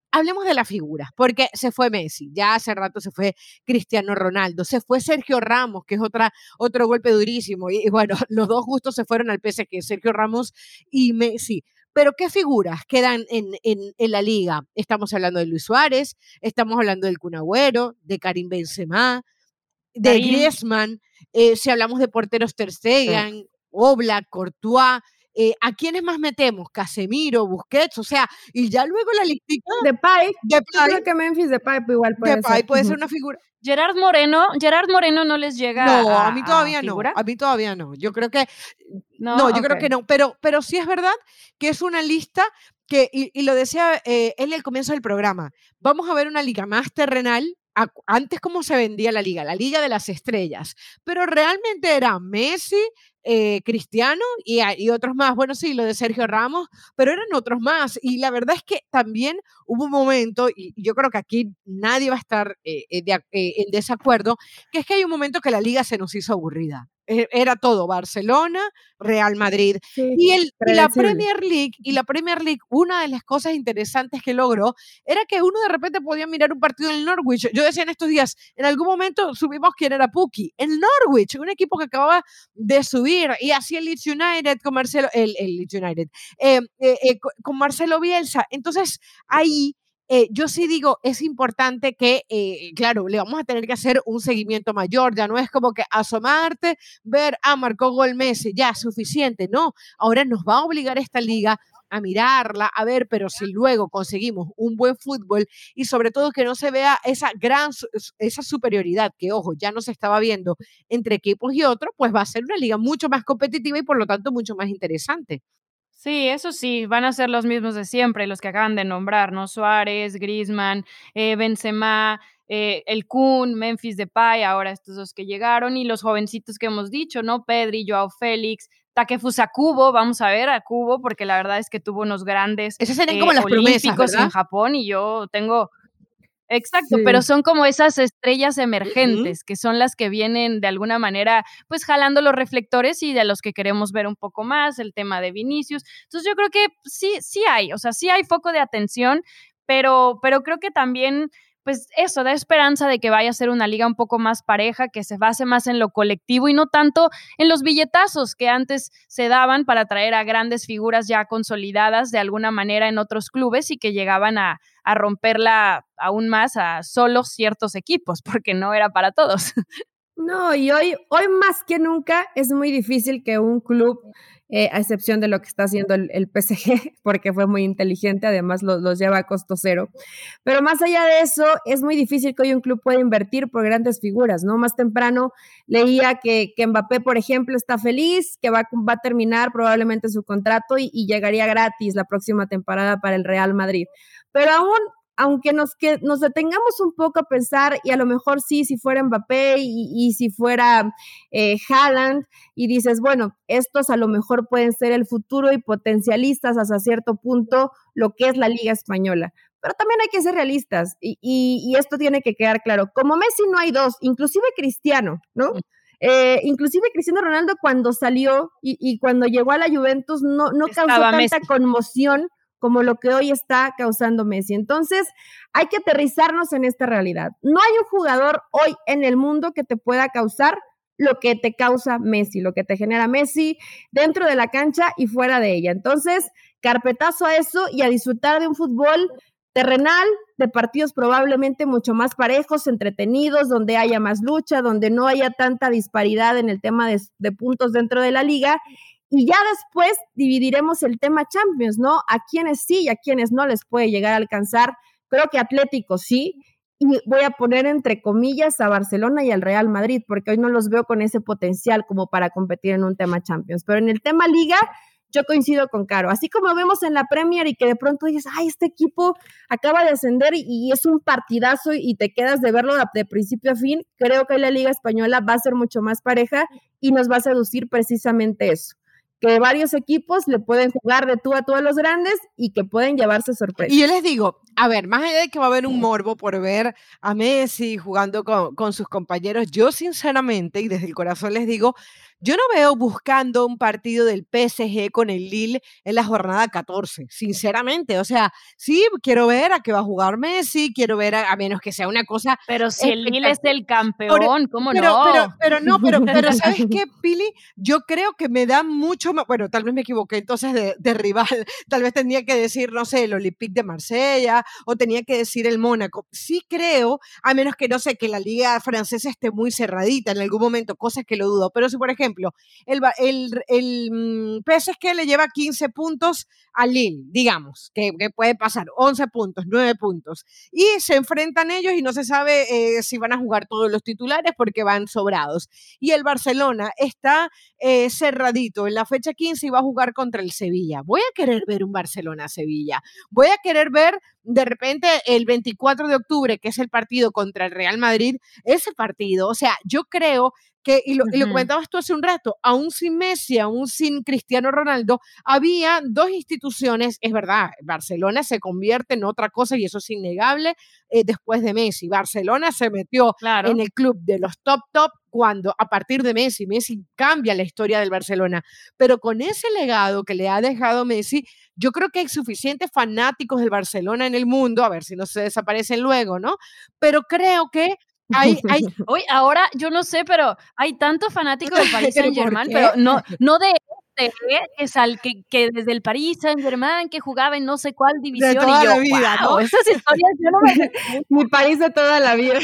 hablemos de las figuras, porque se fue Messi, ya hace rato se fue Cristiano Ronaldo, se fue Sergio Ramos, que es otra, otro golpe durísimo, y, y bueno, los dos justos se fueron al P S G, Sergio Ramos y Messi. Pero ¿qué figuras quedan en, en, en la liga? Estamos hablando de Luis Suárez, estamos hablando del Kun Agüero, de Karim Benzema, de Karim. Griezmann, eh, si hablamos de porteros Ter Stegen, sí. Oblak, Courtois, eh, ¿a quiénes más metemos? Casemiro, Busquets, o sea, y ya luego la listita... Depay, Depay, yo creo que Memphis Depay igual puede Depay ser. puede ser una figura. Gerard Moreno, Gerard Moreno no les llega no, a, a mí todavía a no, figura. a mí todavía no. Yo creo que no, no, yo okay. creo que no, pero, pero sí es verdad que es una lista que, y, y lo decía eh, él al comienzo del programa, vamos a ver una liga más terrenal. A, antes cómo se vendía la liga, la liga de las estrellas, pero realmente era Messi, eh, Cristiano y, y otros más, bueno sí, lo de Sergio Ramos, pero eran otros más, y la verdad es que también hubo un momento, y yo creo que aquí nadie va a estar eh, de, eh, en desacuerdo, que es que hay un momento que la liga se nos hizo aburrida. Era todo Barcelona, Real Madrid. Sí, y, el, y la Premier League, y la Premier League, una de las cosas interesantes que logró era que uno de repente podía mirar un partido del Norwich. Yo decía en estos días, en algún momento subimos quién era Pukki, el Norwich, un equipo que acababa de subir, y así el Leeds United con Marcelo, el, el Leeds United, eh, eh, eh, con Marcelo Bielsa. Entonces, ahí Eh, yo sí digo, es importante que, eh, claro, le vamos a tener que hacer un seguimiento mayor, ya no es como que asomarte, ver, ah, marcó gol Messi, ya, suficiente, no, ahora nos va a obligar esta liga a mirarla, a ver, pero si luego conseguimos un buen fútbol y sobre todo que no se vea esa gran, esa superioridad que, ojo, ya no se estaba viendo entre equipos y otros, pues va a ser una liga mucho más competitiva y por lo tanto mucho más interesante. Sí, eso sí, van a ser los mismos de siempre, los que acaban de nombrar, ¿no? Suárez, Griezmann, eh, Benzema, eh, el Kun, Memphis Depay, ahora estos dos que llegaron, y los jovencitos que hemos dicho, ¿no? Pedri, Joao Félix, Takefusa Kubo, vamos a ver a Kubo, porque la verdad es que tuvo unos grandes Esas serían eh, como las olímpicos promesas, en Japón, y yo tengo... Exacto, Sí. pero son como esas estrellas emergentes, uh-huh. que son las que vienen de alguna manera, pues jalando los reflectores y de los que queremos ver un poco más, el tema de Vinicius. Entonces yo creo que sí, sí hay, o sea, sí hay foco de atención, pero, pero creo que también, pues eso, da esperanza de que vaya a ser una liga un poco más pareja, que se base más en lo colectivo y no tanto en los billetazos que antes se daban para traer a grandes figuras ya consolidadas de alguna manera en otros clubes y que llegaban a, a romperla aún más a solo ciertos equipos, porque no era para todos. No, y hoy, hoy más que nunca es muy difícil que un club, eh, a excepción de lo que está haciendo el, el P S G, porque fue muy inteligente, además los, los lleva a costo cero, pero más allá de eso, es muy difícil que hoy un club pueda invertir por grandes figuras, ¿no? Más temprano leía que, que Mbappé, por ejemplo, está feliz, que va, va a terminar probablemente su contrato y, y llegaría gratis la próxima temporada para el Real Madrid, pero aún aunque nos, que, nos detengamos un poco a pensar, y a lo mejor sí, si fuera Mbappé y, y si fuera eh, Haaland, y dices, bueno, estos a lo mejor pueden ser el futuro y potencialistas hasta cierto punto lo que es la Liga Española. Pero también hay que ser realistas, y, y, y esto tiene que quedar claro. Como Messi no hay dos, inclusive Cristiano, ¿no? Eh, inclusive Cristiano Ronaldo cuando salió y, y cuando llegó a la Juventus no, no causó tanta Messi. conmoción como lo que hoy está causando Messi. Entonces, hay que aterrizarnos en esta realidad. No hay un jugador hoy en el mundo que te pueda causar lo que te causa Messi, lo que te genera Messi dentro de la cancha y fuera de ella. Entonces, carpetazo a eso y a disfrutar de un fútbol terrenal, de partidos probablemente mucho más parejos, entretenidos, donde haya más lucha, donde no haya tanta disparidad en el tema de, de puntos dentro de la liga. Y ya después dividiremos el tema Champions, ¿no? A quienes sí y a quienes no les puede llegar a alcanzar. Creo que Atlético sí, y voy a poner entre comillas a Barcelona y al Real Madrid, porque hoy no los veo con ese potencial como para competir en un tema Champions. Pero en el tema Liga, yo coincido con Caro. Así como vemos en la Premier y que de pronto dices, ay, este equipo acaba de ascender y, y es un partidazo y te quedas de verlo de, de principio a fin, creo que la Liga Española va a ser mucho más pareja y nos va a seducir precisamente eso, que varios equipos le pueden jugar de tú a tú a los grandes y que pueden llevarse sorpresas. Y yo les digo, a ver, más allá de que va a haber un morbo por ver a Messi jugando con, con sus compañeros, yo sinceramente, y desde el corazón les digo, yo no veo buscando un partido del P S G con el Lille en la jornada catorce, sinceramente. O sea, sí, quiero ver a qué va a jugar Messi, quiero ver a, a menos que sea una cosa Pero si el Lille es espectacular. el campeón, ¿cómo Pero, no? pero, pero no, pero, pero ¿sabes qué, Pili? Yo creo que me da mucho más, bueno, tal vez me equivoqué entonces de, de rival, tal vez tenía que decir, no sé, el Olympique de Marsella o tenía que decir el Mónaco. Sí creo, a menos que, no sé, que la liga francesa esté muy cerradita en algún momento, cosas que lo dudo, pero si, por ejemplo, el, Ba- el, el mm, P S G le lleva quince puntos al Lille, digamos, que, que puede pasar, once puntos, nueve puntos, y se enfrentan ellos y no se sabe eh, si van a jugar todos los titulares porque van sobrados. Y el Barcelona está eh, cerradito en la fecha quince y va a jugar contra el Sevilla. Voy a querer ver un Barcelona-Sevilla. Voy a querer ver de repente el veinticuatro de octubre, que es el partido contra el Real Madrid, ese partido. O sea, yo creo que, y lo, y lo Ujú. comentabas tú hace un rato, aún sin Messi, aún sin Cristiano Ronaldo, había dos instituciones, es verdad, Barcelona se convierte en otra cosa y eso es innegable eh, después de Messi. Barcelona se metió Claro. en el club de los top top cuando a partir de Messi, Messi cambia la historia del Barcelona, pero con ese legado que le ha dejado Messi, yo creo que hay suficientes fanáticos del Barcelona en el mundo, a ver si no se desaparecen luego, ¿no? Pero creo que hay, hay Hoy, ahora, yo no sé, pero hay tanto fanático del Paris ¿pero por Saint-Germain, qué? pero no, no de este, ¿eh? que, sal, que, que desde el Paris Saint-Germain, que jugaba en no sé cuál De división, y toda la yo, vida, wow, ¿no? esas historias yo no me las escucho. Mi país de toda la vida.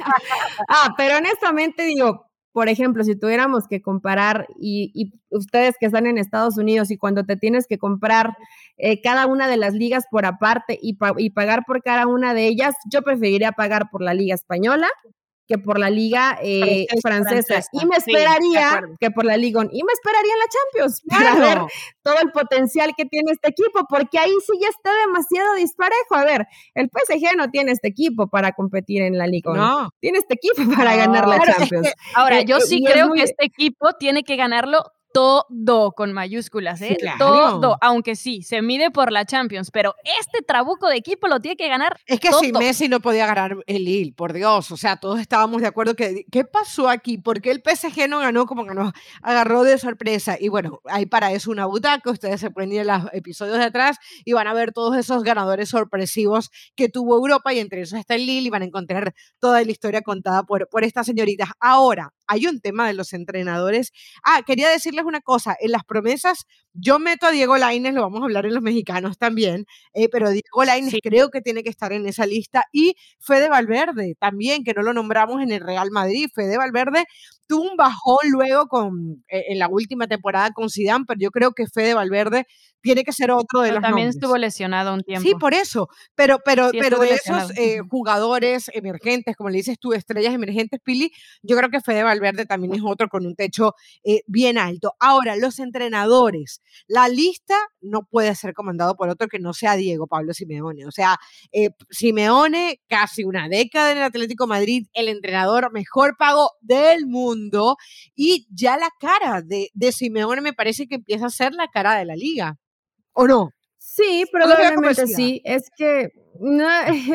Ah, pero honestamente digo, por ejemplo, si tuviéramos que comparar y, y ustedes que están en Estados Unidos y cuando te tienes que comprar eh, cada una de las ligas por aparte y, pa y pagar por cada una de ellas, yo preferiría pagar por la liga española que por la liga eh, Francesa, francesa. Francesa, Y me sí, de esperaría acuerdo. que por la Liga y me esperaría en la Champions para ver Claro. todo el potencial que tiene este equipo, porque ahí sí ya está demasiado disparejo. A ver, el P S G no tiene este equipo para competir en la Liga. No. Tiene este equipo para ganar la No. Claro, es Champions. que Ahora, Eh, yo eh, sí y es creo muy... que este equipo tiene que ganarlo todo con mayúsculas, Sí, ¿eh? claro. Todo, aunque sí, se mide por la Champions, pero este trabuco de equipo lo tiene que ganar Es que sin todo. Messi no podía ganar el Lille, por Dios. O sea, todos estábamos de acuerdo que, ¿qué pasó aquí? ¿Por qué el P S G no ganó? Como que nos agarró de sorpresa. Y bueno, hay para eso una butaca. Ustedes se pueden ir a los episodios de atrás y van a ver todos esos ganadores sorpresivos que tuvo Europa y entre esos está el Lille y van a encontrar toda la historia contada por, por estas señoritas. Ahora, hay un tema de los entrenadores. Ah, quería decirles una cosa. En las promesas, yo meto a Diego Lainez, lo vamos a hablar en los mexicanos también, eh, pero Diego Lainez Sí. creo que tiene que estar en esa lista y Fede Valverde también, que no lo nombramos en el Real Madrid. Fede Valverde tuvo un bajón luego con, eh, en la última temporada con Zidane, pero yo creo que Fede Valverde tiene que ser otro de Pero los también estuvo nombres. lesionado un Sí, tiempo. por eso, pero, pero, Sí, pero estuvo de esos lesionado. eh, Ujú. jugadores emergentes, como le dices tú, estrellas emergentes, Pili, yo creo que Fede Valverde también es otro con un techo eh, bien alto. Ahora, los entrenadores, la lista no puede ser comandado por otro que no sea Diego Pablo Simeone. O sea, eh, Simeone, casi una década en el Atlético de Madrid, el entrenador mejor pago del mundo, y ya la cara de, de Simeone me parece que empieza a ser la cara de la liga. ¿O no? Sí, ¿O lo veo probablemente convencida? sí. Es que no,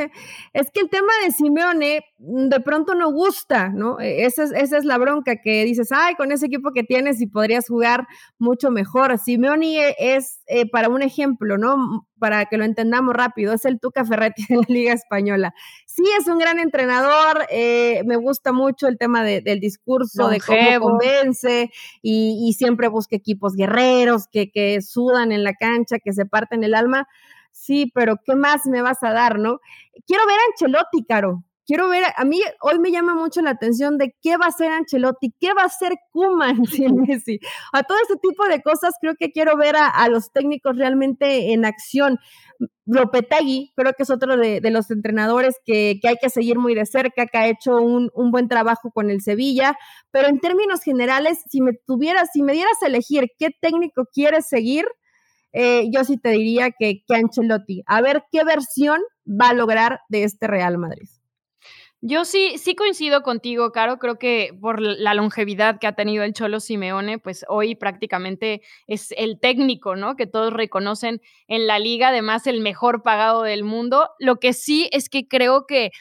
es que el tema de Simeone mm, de pronto no gusta, ¿no? E- Esa es, esa es la bronca que dices, ay, con ese equipo que tienes y podrías jugar mucho mejor. Simeone e- es, eh, para un ejemplo, ¿no? M- Para que lo entendamos rápido, es el Tuca Ferretti de la Liga Española. Sí, es un gran entrenador, eh, me gusta mucho el tema de- del discurso, de cómo Longevo. convence y, y siempre busca equipos guerreros que, que sudan en la cancha, que se parten el alma. Sí, pero ¿qué más me vas a dar, no? Quiero ver a Ancelotti, Caro. Quiero ver, a mí hoy me llama mucho la atención de qué va a hacer Ancelotti, qué va a hacer Koeman sin Messi. A todo ese tipo de cosas creo que quiero ver a, a los técnicos realmente en acción. Lopetegui creo que es otro de, de los entrenadores que, que hay que seguir muy de cerca, que ha hecho un, un buen trabajo con el Sevilla, pero en términos generales, si me tuvieras, si me dieras a elegir qué técnico quieres seguir, eh, yo sí te diría que, que Ancelotti. A ver qué versión va a lograr de este Real Madrid. Yo sí, sí coincido contigo, Caro. Creo que por la longevidad que ha tenido el Cholo Simeone, pues hoy prácticamente es el técnico, ¿no? Que todos reconocen en la liga, además el mejor pagado del mundo. Lo que sí es que creo que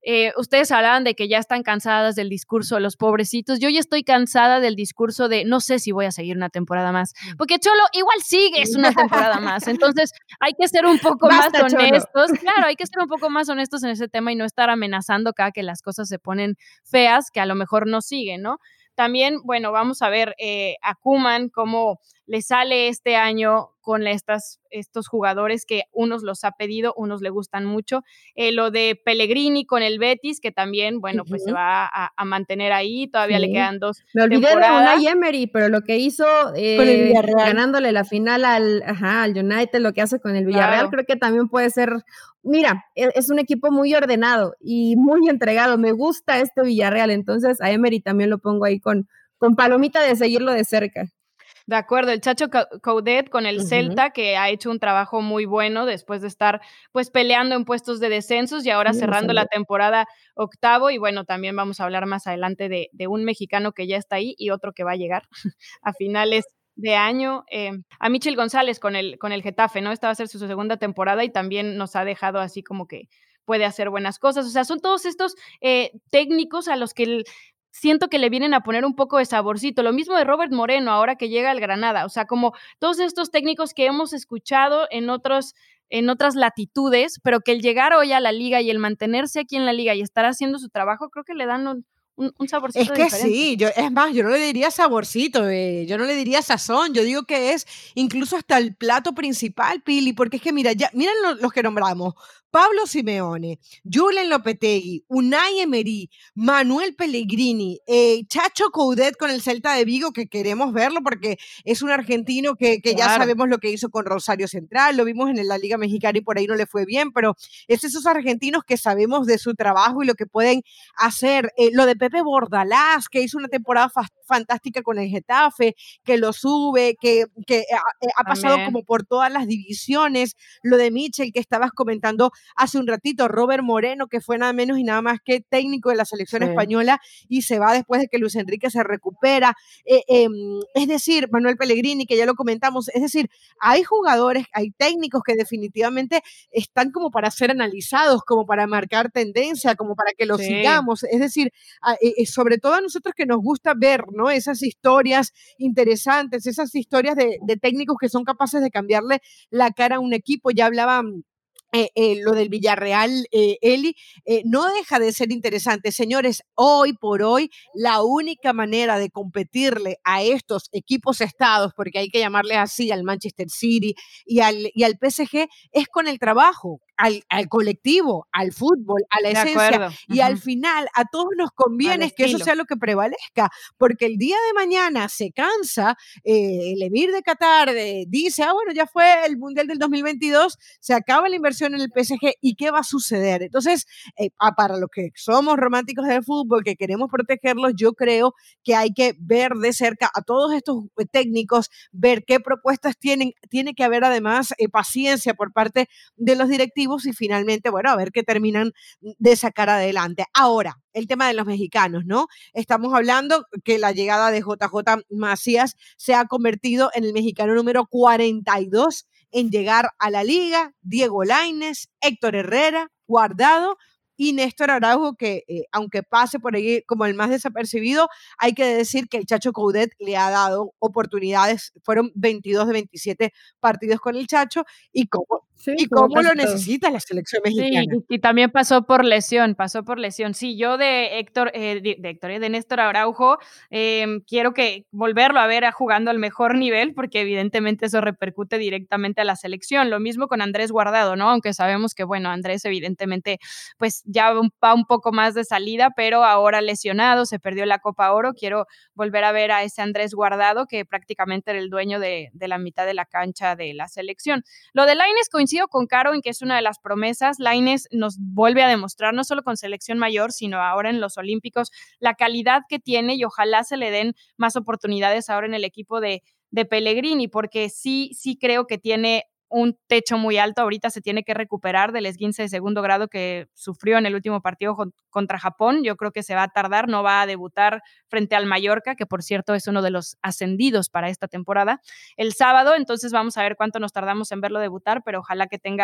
Eh, ustedes hablaban de que ya están cansadas del discurso de los pobrecitos. Yo ya estoy cansada del discurso de no sé si voy a seguir una temporada más, porque Cholo igual sigues una temporada más. Entonces hay que ser un poco Basta, más Cholo. honestos. Claro, hay que ser un poco más honestos en ese tema y no estar amenazando cada que las cosas se ponen feas, que a lo mejor no siguen, ¿no? También, bueno, vamos a ver eh, a Koeman cómo le sale este año con estas, estos jugadores que unos los ha pedido, unos le gustan mucho. Eh, lo de Pellegrini con el Betis, que también, bueno, pues se Ujú. va a, a mantener ahí, todavía le Sí. quedan dos Me olvidé de temporadas. Unai Emery, pero lo que hizo Con el eh, Villarreal. ganándole la final al, ajá, al United, lo que hace con el Villarreal, Claro. creo que también puede ser, mira, e- es un equipo muy ordenado y muy entregado. Me gusta este Villarreal, entonces a Emery también lo pongo ahí con, con palomita de seguirlo de cerca. De acuerdo, el Chacho Cau- Coudet con el Ujú. Celta, que ha hecho un trabajo muy bueno después de estar pues peleando en puestos de descensos y ahora Sí, lo cerrando la salvó. temporada octavo. Y bueno, también vamos a hablar más adelante de, de un mexicano que ya está ahí y otro que va a llegar a finales de año. Eh, a Michel González con el, con el Getafe, ¿no? Esta va a ser su segunda temporada y también nos ha dejado así como que puede hacer buenas cosas. O sea, son todos estos eh, técnicos a los que el, siento que le vienen a poner un poco de saborcito. Lo mismo de Robert Moreno ahora que llega al Granada. O sea, como todos estos técnicos que hemos escuchado en otros en otras latitudes, pero que el llegar hoy a la liga y el mantenerse aquí en la liga y estar haciendo su trabajo, creo que le dan un, un, un Es saborcito que diferente. sí, yo, es más, yo no le diría saborcito, eh, yo no le diría sazón, yo digo que es incluso hasta el plato principal, Pili, porque es que mira, ya, miren lo- los que nombramos: Pablo Simeone, Julen Lopetegui, Unai Emery, Manuel Pellegrini, eh, Chacho Coudet con el Celta de Vigo, que queremos verlo porque es un argentino que, que ya Claro. sabemos lo que hizo con Rosario Central, lo vimos en la Liga Mexicana y por ahí no le fue bien, pero es esos argentinos que sabemos de su trabajo y lo que pueden hacer. Eh, lo de Pepe Bordalás, que hizo una temporada fa- fantástica con el Getafe, que lo sube, que, que ha, ha pasado También. como por todas las divisiones. Lo de Mitchell, que estabas comentando hace un ratito, Robert Moreno, que fue nada menos y nada más que técnico de la selección Sí. española y se va después de que Luis Enrique se recupera. Eh, eh, es decir, Manuel Pellegrini, que ya lo comentamos, es decir, hay jugadores, hay técnicos que definitivamente están como para ser analizados, como para marcar tendencia, como para que los Sí. sigamos. Es decir, a- eh, eh, sobre todo a nosotros que nos gusta ver, ¿no? Esas historias interesantes, esas historias de, de técnicos que son capaces de cambiarle la cara a un equipo. Ya hablaba mm, eh, eh, lo del Villarreal, eh, Eli, eh, no deja de ser interesante. Señores, hoy por hoy, la única manera de competirle a estos equipos estados, porque hay que llamarles así, al Manchester City y al, y al P S G, es con el trabajo, al, al colectivo, al fútbol, a la De esencia. acuerdo. Y al Ujú. final, a todos nos Al conviene es que eso estilo. sea lo que prevalezca, porque el día de mañana se cansa, eh, el emir de Qatar eh, dice, ah, bueno, ya fue el Mundial del dos mil veintidós, se acaba la inversión en el P S G y ¿qué va a suceder? Entonces, eh, ah, para los que somos románticos del fútbol, que queremos protegerlos, yo creo que hay que ver de cerca a todos estos eh, técnicos, ver qué propuestas tienen. Tiene que haber además eh, paciencia por parte de los directivos y finalmente, bueno, a ver qué terminan de sacar adelante. Ahora, el tema de los mexicanos, ¿no? Estamos hablando que la llegada de J J Macías se ha convertido en el mexicano número cuarenta y dos en llegar a la liga. Diego Lainez, Héctor Herrera, Guardado y Néstor Araujo, que eh, aunque pase por ahí como el más desapercibido, hay que decir que el Chacho Coudet le ha dado oportunidades. Fueron veintidós de veintisiete partidos con el Chacho y cómo, Sí, y como cómo casi lo todo. necesita la selección Sí, mexicana. y, y también pasó por lesión, pasó por lesión. Sí, yo de Héctor, eh, de, de Héctor, eh, de Néstor Araujo, eh, quiero que volverlo a ver a jugando al mejor nivel, porque evidentemente eso repercute directamente a la selección. Lo mismo con Andrés Guardado, ¿no? Aunque sabemos que, bueno, Andrés evidentemente, pues ya va un, va un poco más de salida, pero ahora lesionado, se perdió la Copa Oro. Quiero volver a ver a ese Andrés Guardado, que prácticamente era el dueño de, de la mitad de la cancha de la selección. Lo de Lainez coincido con Caro en que es una de las promesas. Lainez nos vuelve a demostrar, no solo con selección mayor, sino ahora en los Olímpicos, la calidad que tiene y ojalá se le den más oportunidades ahora en el equipo de, de Pellegrini, porque sí, sí creo que tiene un techo muy alto. Ahorita se tiene que recuperar del esguince de segundo grado que sufrió en el último partido contra Japón. Yo creo que se va a tardar, no va a debutar frente al Mallorca, que por cierto es uno de los ascendidos para esta temporada, el sábado. Entonces vamos a ver cuánto nos tardamos en verlo debutar, pero ojalá que tenga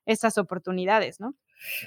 esas oportunidades, ¿no?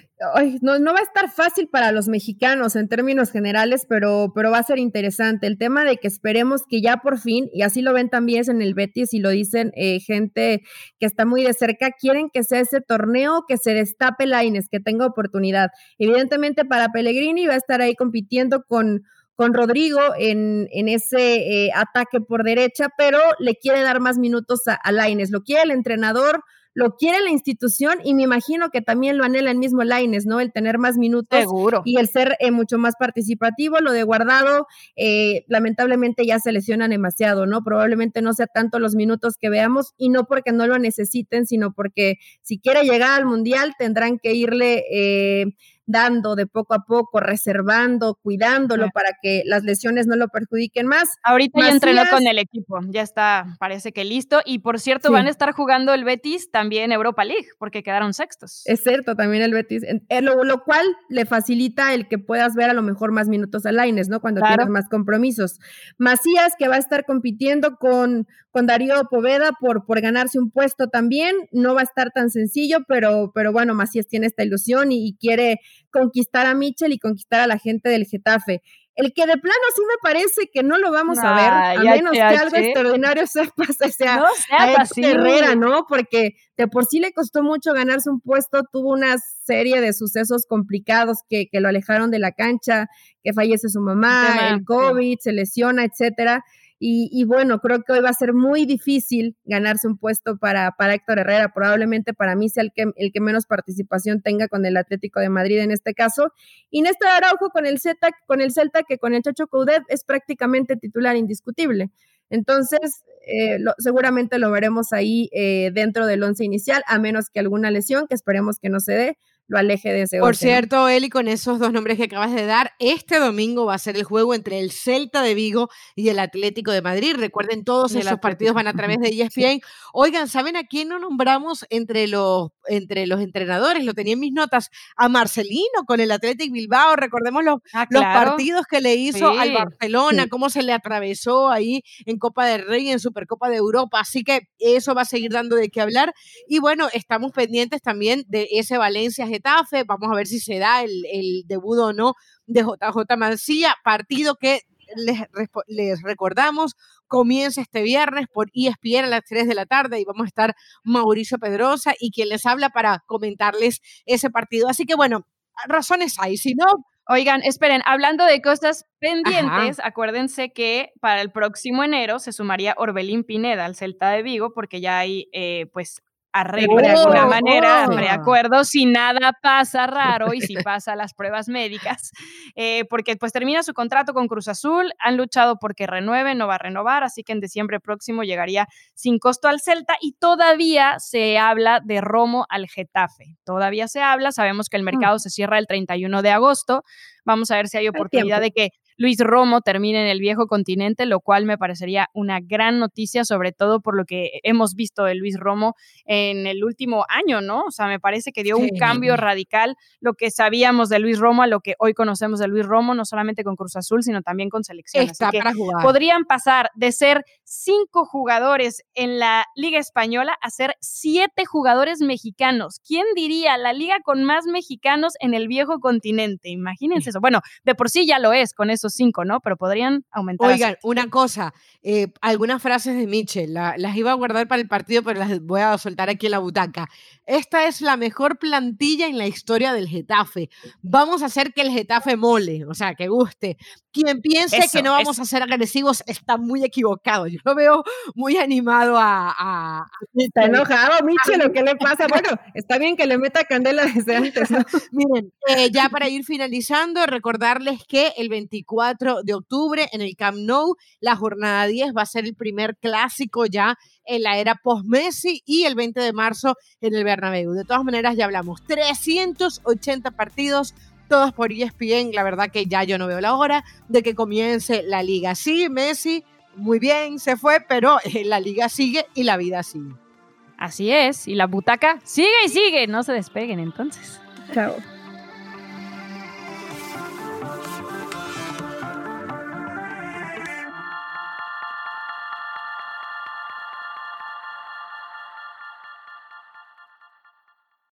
Ay, no, no va a estar fácil para los mexicanos en términos generales, pero, pero va a ser interesante. El tema de que esperemos que ya por fin, y así lo ven también en el Betis y lo dicen eh, gente que está muy de cerca, quieren que sea ese torneo, que se destape Lainez, que tenga oportunidad. Evidentemente para Pellegrini va a estar ahí compitiendo con, con Rodrigo en, en ese eh, ataque por derecha, pero le quiere dar más minutos a, a Lainez. Lo quiere el entrenador, lo quiere la institución y me imagino que también lo anhela el mismo Lainez, ¿no? El tener más minutos. Seguro. Y el ser eh, mucho más participativo. Lo de Guardado, eh, lamentablemente ya se lesionan demasiado, ¿no? Probablemente no sea tanto los minutos que veamos y no porque no lo necesiten, sino porque si quiere llegar al Mundial tendrán que irle eh, dando de poco a poco, reservando, cuidándolo sí. para que las lesiones no lo perjudiquen más. Ahorita Macías, ya entrenó con el equipo, ya está, parece que listo. Y por cierto, sí. van a estar jugando el Betis también Europa League, porque quedaron sextos. Es cierto, también el Betis, eh, lo, lo cual le facilita el que puedas ver a lo mejor más minutos a Lainez, ¿no? Cuando claro. tienes más compromisos. Macías, que va a estar compitiendo con, con Darío Poveda por, por ganarse un puesto también, no va a estar tan sencillo, pero, pero bueno, Macías tiene esta ilusión y, y quiere conquistar a Michel y conquistar a la gente del Getafe. El que de plano sí me parece que no lo vamos a ver, a ya, menos ya, que algo ya. extraordinario se pase, o sea, no sea a Héctor Herrera, ¿no? Porque de por sí le costó mucho ganarse un puesto, tuvo una serie de sucesos complicados que, que lo alejaron de la cancha, que fallece su mamá, Tema, el COVID, sí. se lesiona, etcétera. Y, y bueno, creo que hoy va a ser muy difícil ganarse un puesto para, para Héctor Herrera, probablemente para mí sea el que, el que menos participación tenga con el Atlético de Madrid en este caso, y Néstor Araujo con el Celta, con el Celta que con el Chacho Coudet es prácticamente titular indiscutible, entonces eh, lo, seguramente lo veremos ahí eh, dentro del once inicial, a menos que alguna lesión, que esperemos que no se dé, lo aleje de ese Por once, cierto, ¿no? Eli, con esos dos nombres que acabas de dar, este domingo va a ser el juego entre el Celta de Vigo y el Atlético de Madrid. Recuerden, todos esos Atlético. partidos van a través de E S P N. Sí. Oigan, ¿saben a quién no nombramos entre los, entre los entrenadores? Lo tenía en mis notas, a Marcelino con el Athletic Bilbao. Recordemos los, ah, claro. los partidos que le hizo sí. al Barcelona, sí. cómo se le atravesó ahí en Copa del Rey, en Supercopa de Europa. Así que eso va a seguir dando de qué hablar. Y bueno, estamos pendientes también de ese Valencia-Getafe. Vamos a ver si se da el, el debut o no de J J Mancilla, partido que les, les recordamos comienza este viernes por E S P N a las tres de la tarde y vamos a estar Mauricio Pedrosa y quien les habla para comentarles ese partido. Así que bueno, razones hay, si no... Oigan, esperen, hablando de cosas pendientes, Ajá. acuérdense que para el próximo enero se sumaría Orbelín Pineda al Celta de Vigo porque ya hay, eh, pues, arreglo oh, de alguna manera, oh. preacuerdo, si nada pasa raro y si pasa las pruebas médicas, eh, porque pues termina su contrato con Cruz Azul, han luchado porque renueve, no va a renovar, así que en diciembre próximo llegaría sin costo al Celta y todavía se habla de Romo al Getafe, todavía se habla, sabemos que el mercado mm. se cierra el treinta y uno de agosto, vamos a ver si hay oportunidad de que Luis Romo termine en el viejo continente, lo cual me parecería una gran noticia, sobre todo por lo que hemos visto de Luis Romo en el último año, ¿no? O sea, me parece que dio sí. un cambio radical, lo que sabíamos de Luis Romo a lo que hoy conocemos de Luis Romo, no solamente con Cruz Azul, sino también con selección. Está Así para que jugar. Podrían pasar de ser cinco jugadores en la Liga Española a ser siete jugadores mexicanos. ¿Quién diría? La liga con más mexicanos en el viejo continente. Imagínense eso. Bueno, de por sí ya lo es con esos cinco, ¿no? Pero podrían aumentar. Oigan, una cosa, eh, algunas frases de Michel, la, las iba a guardar para el partido, pero las voy a soltar aquí en la butaca. Esta es la mejor plantilla en la historia del Getafe. Vamos a hacer que el Getafe mole, o sea, que guste. Quien piense eso, que no vamos eso. a ser agresivos está muy equivocado. Yo lo veo muy animado a... a, a está enojado, Michel, ¿o qué le pasa? Bueno, está bien que le meta candela desde antes, ¿no? Miren, eh, ya para ir finalizando, recordarles que el veinticuatro de octubre en el Camp Nou, la jornada diez va a ser el primer clásico ya en la era post-Messi y el veinte de marzo en el Bernabéu. De todas maneras, ya hablamos, trescientos ochenta partidos, todos por E S P N. La verdad que ya yo no veo la hora de que comience la liga. Sí, Messi, muy bien, se fue, pero la liga sigue y la vida sigue. Así es, y la butaca sigue y sigue, no se despeguen entonces. Chao.